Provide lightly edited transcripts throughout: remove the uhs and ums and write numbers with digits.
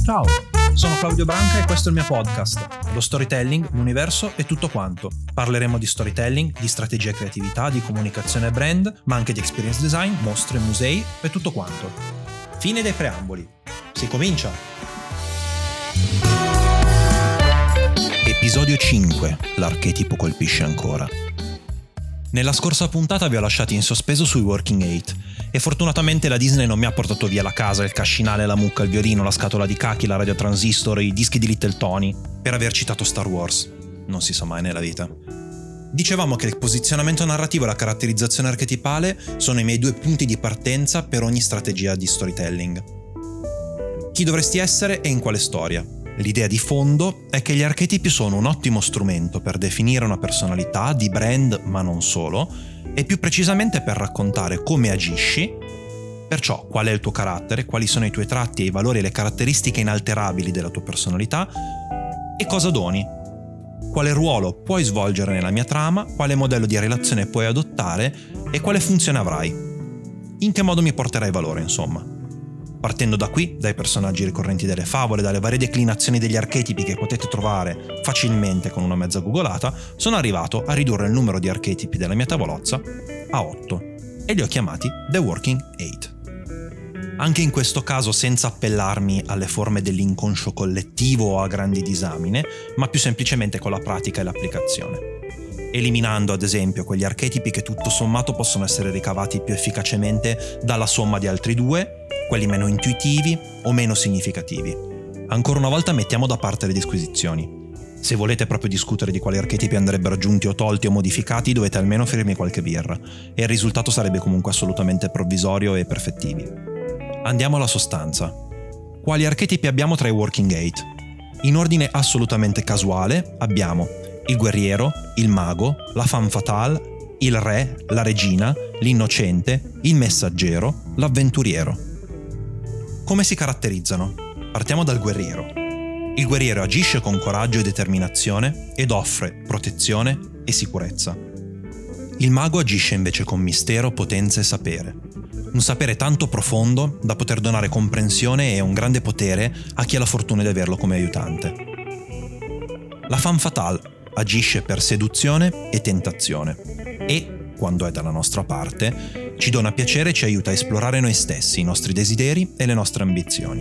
Ciao, sono Claudio Branca e questo è il mio podcast. Lo storytelling, l'universo e tutto quanto. Parleremo di storytelling, di strategia e creatività, di comunicazione e brand, ma anche di experience design, mostre, musei e tutto quanto. Fine dei preamboli. Si comincia! Episodio 5. L'archetipo colpisce ancora. Nella scorsa puntata vi ho lasciati in sospeso sui Working 8 e fortunatamente la Disney non mi ha portato via la casa, il cascinale, la mucca, il violino, la scatola di cachi, la radiotransistor, i dischi di Little Tony per aver citato Star Wars. Non si sa mai nella vita. Dicevamo che il posizionamento narrativo e la caratterizzazione archetipale sono i miei due punti di partenza per ogni strategia di storytelling. Chi dovresti essere e in quale storia? L'idea di fondo è che gli archetipi sono un ottimo strumento per definire una personalità di brand, ma non solo, e più precisamente per raccontare come agisci, perciò qual è il tuo carattere, quali sono i tuoi tratti e i valori e le caratteristiche inalterabili della tua personalità e cosa doni, quale ruolo puoi svolgere nella mia trama, quale modello di relazione puoi adottare e quale funzione avrai, in che modo mi porterai valore, insomma. Partendo da qui, dai personaggi ricorrenti delle favole, dalle varie declinazioni degli archetipi che potete trovare facilmente con una mezza googolata, sono arrivato a ridurre il numero di archetipi della mia tavolozza a 8 e li ho chiamati The Working 8. Anche in questo caso senza appellarmi alle forme dell'inconscio collettivo o a grandi disamine, ma più semplicemente con la pratica e l'applicazione. Eliminando ad esempio quegli archetipi che tutto sommato possono essere ricavati più efficacemente dalla somma di altri due, quelli meno intuitivi o meno significativi. Ancora una volta mettiamo da parte le disquisizioni. Se volete proprio discutere di quali archetipi andrebbero aggiunti o tolti o modificati, dovete almeno offrirmi qualche birra, e il risultato sarebbe comunque assolutamente provvisorio e perfettivi. Andiamo alla sostanza. Quali archetipi abbiamo tra i Working 8? In ordine assolutamente casuale abbiamo il guerriero, il mago, la femme fatale, il re, la regina, l'innocente, il messaggero, l'avventuriero. Come si caratterizzano? Partiamo dal guerriero. Il guerriero agisce con coraggio e determinazione ed offre protezione e sicurezza. Il mago agisce invece con mistero, potenza e sapere. Un sapere tanto profondo da poter donare comprensione e un grande potere a chi ha la fortuna di averlo come aiutante. La femme fatale agisce per seduzione e tentazione e, quando è dalla nostra parte, ci dona piacere e ci aiuta a esplorare noi stessi, i nostri desideri e le nostre ambizioni.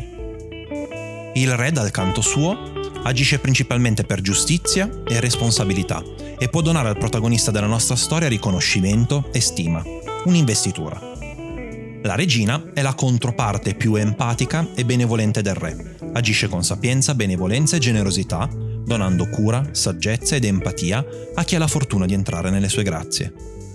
Il re, dal canto suo, agisce principalmente per giustizia e responsabilità e può donare al protagonista della nostra storia riconoscimento e stima, un'investitura. La regina è la controparte più empatica e benevolente del re. Agisce con sapienza, benevolenza e generosità, donando cura, saggezza ed empatia a chi ha la fortuna di entrare nelle sue grazie.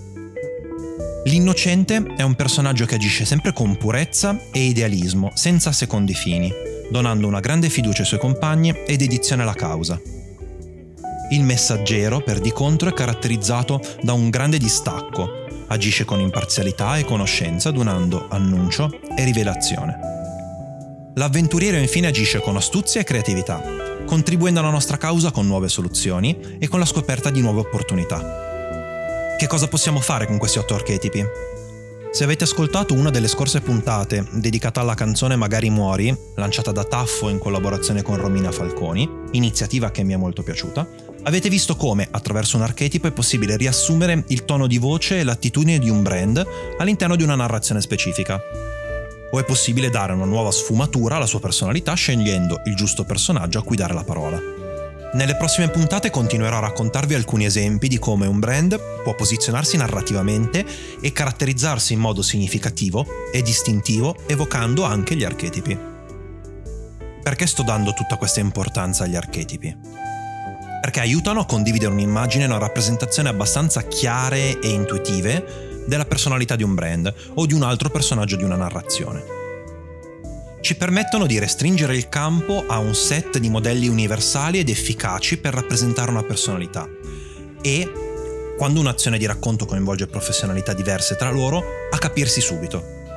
L'innocente è un personaggio che agisce sempre con purezza e idealismo, senza secondi fini, donando una grande fiducia ai suoi compagni e dedizione alla causa. Il messaggero, per di contro, è caratterizzato da un grande distacco, agisce con imparzialità e conoscenza, donando annuncio e rivelazione. L'avventuriero infine agisce con astuzia e creatività, contribuendo alla nostra causa con nuove soluzioni e con la scoperta di nuove opportunità. Che cosa possiamo fare con questi 8 archetipi? Se avete ascoltato una delle scorse puntate dedicata alla canzone Magari muori, lanciata da Taffo in collaborazione con Romina Falconi, iniziativa che mi è molto piaciuta, avete visto come, attraverso un archetipo, è possibile riassumere il tono di voce e l'attitudine di un brand all'interno di una narrazione specifica. O è possibile dare una nuova sfumatura alla sua personalità scegliendo il giusto personaggio a cui dare la parola. Nelle prossime puntate continuerò a raccontarvi alcuni esempi di come un brand può posizionarsi narrativamente e caratterizzarsi in modo significativo e distintivo, evocando anche gli archetipi. Perché sto dando tutta questa importanza agli archetipi? Perché aiutano a condividere un'immagine e una rappresentazione abbastanza chiare e intuitive della personalità di un brand o di un altro personaggio di una narrazione. Ci permettono di restringere il campo a un set di modelli universali ed efficaci per rappresentare una personalità e, quando un'azione di racconto coinvolge professionalità diverse tra loro, a capirsi subito.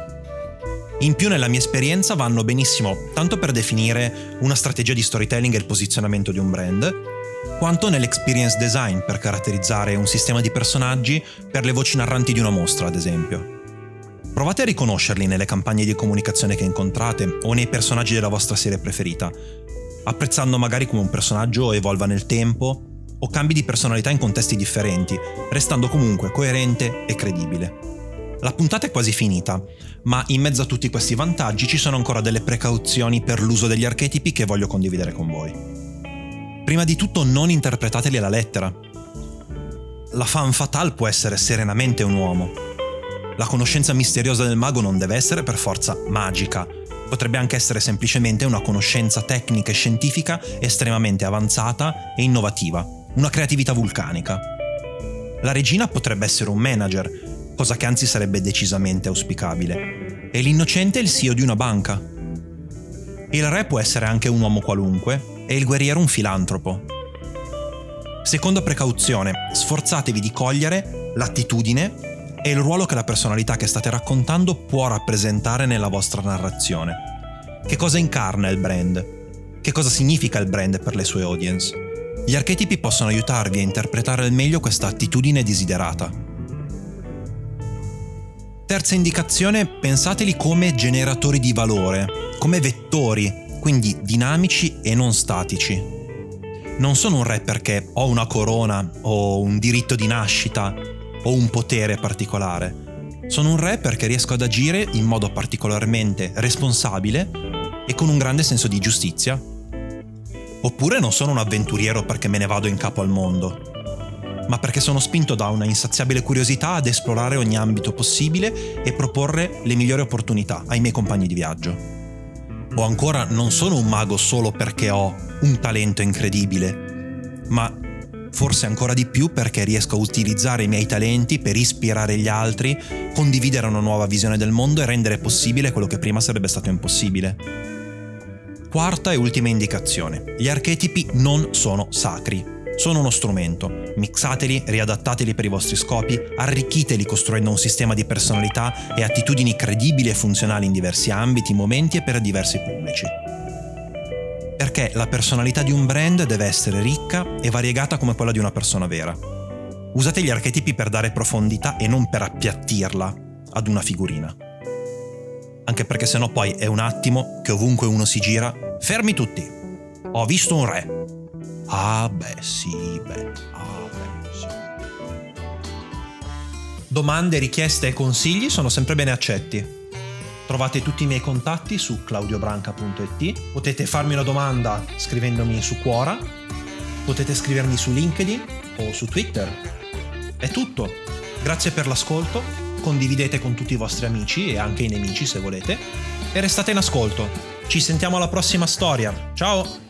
In più, nella mia esperienza, vanno benissimo tanto per definire una strategia di storytelling e il posizionamento di un brand, quanto nell'experience design per caratterizzare un sistema di personaggi per le voci narranti di una mostra, ad esempio. Provate a riconoscerli nelle campagne di comunicazione che incontrate o nei personaggi della vostra serie preferita, apprezzando magari come un personaggio evolva nel tempo o cambi di personalità in contesti differenti, restando comunque coerente e credibile. La puntata è quasi finita, ma in mezzo a tutti questi vantaggi ci sono ancora delle precauzioni per l'uso degli archetipi che voglio condividere con voi. Prima di tutto, non interpretateli alla lettera. La femme fatale può essere serenamente un uomo. La conoscenza misteriosa del mago non deve essere per forza magica. Potrebbe anche essere semplicemente una conoscenza tecnica e scientifica estremamente avanzata e innovativa, una creatività vulcanica. La regina potrebbe essere un manager, cosa che anzi sarebbe decisamente auspicabile, e l'innocente è il CEO di una banca. Il re può essere anche un uomo qualunque e il guerriero un filantropo. Seconda precauzione, sforzatevi di cogliere l'attitudine e il ruolo che la personalità che state raccontando può rappresentare nella vostra narrazione. Che cosa incarna il brand? Che cosa significa il brand per le sue audience? Gli archetipi possono aiutarvi a interpretare al meglio questa attitudine desiderata. Terza indicazione, pensateli come generatori di valore, come vettori, quindi dinamici e non statici. Non sono un re perché ho una corona o un diritto di nascita o un potere particolare. Sono un re perché riesco ad agire in modo particolarmente responsabile e con un grande senso di giustizia. Oppure non sono un avventuriero perché me ne vado in capo al mondo, ma perché sono spinto da una insaziabile curiosità ad esplorare ogni ambito possibile e proporre le migliori opportunità ai miei compagni di viaggio. O ancora, non sono un mago solo perché ho un talento incredibile, ma forse ancora di più perché riesco a utilizzare i miei talenti per ispirare gli altri, condividere una nuova visione del mondo e rendere possibile quello che prima sarebbe stato impossibile. Quarta e ultima indicazione. Gli archetipi non sono sacri. Sono uno strumento. Mixateli, riadattateli per i vostri scopi, arricchiteli costruendo un sistema di personalità e attitudini credibili e funzionali in diversi ambiti, momenti e per diversi pubblici. Perché la personalità di un brand deve essere ricca e variegata come quella di una persona vera. Usate gli archetipi per dare profondità e non per appiattirla ad una figurina. Anche perché sennò poi è un attimo che ovunque uno si gira, fermi tutti! Ho visto un re! Ah beh sì. Domande, richieste e consigli sono sempre bene accetti. Trovate tutti i miei contatti su claudiobranca.it, potete farmi una domanda scrivendomi su Quora, potete scrivermi su LinkedIn o su Twitter. È tutto. Grazie per l'ascolto, condividete con tutti i vostri amici e anche i nemici se volete, e restate in ascolto. Ci sentiamo alla prossima storia. Ciao!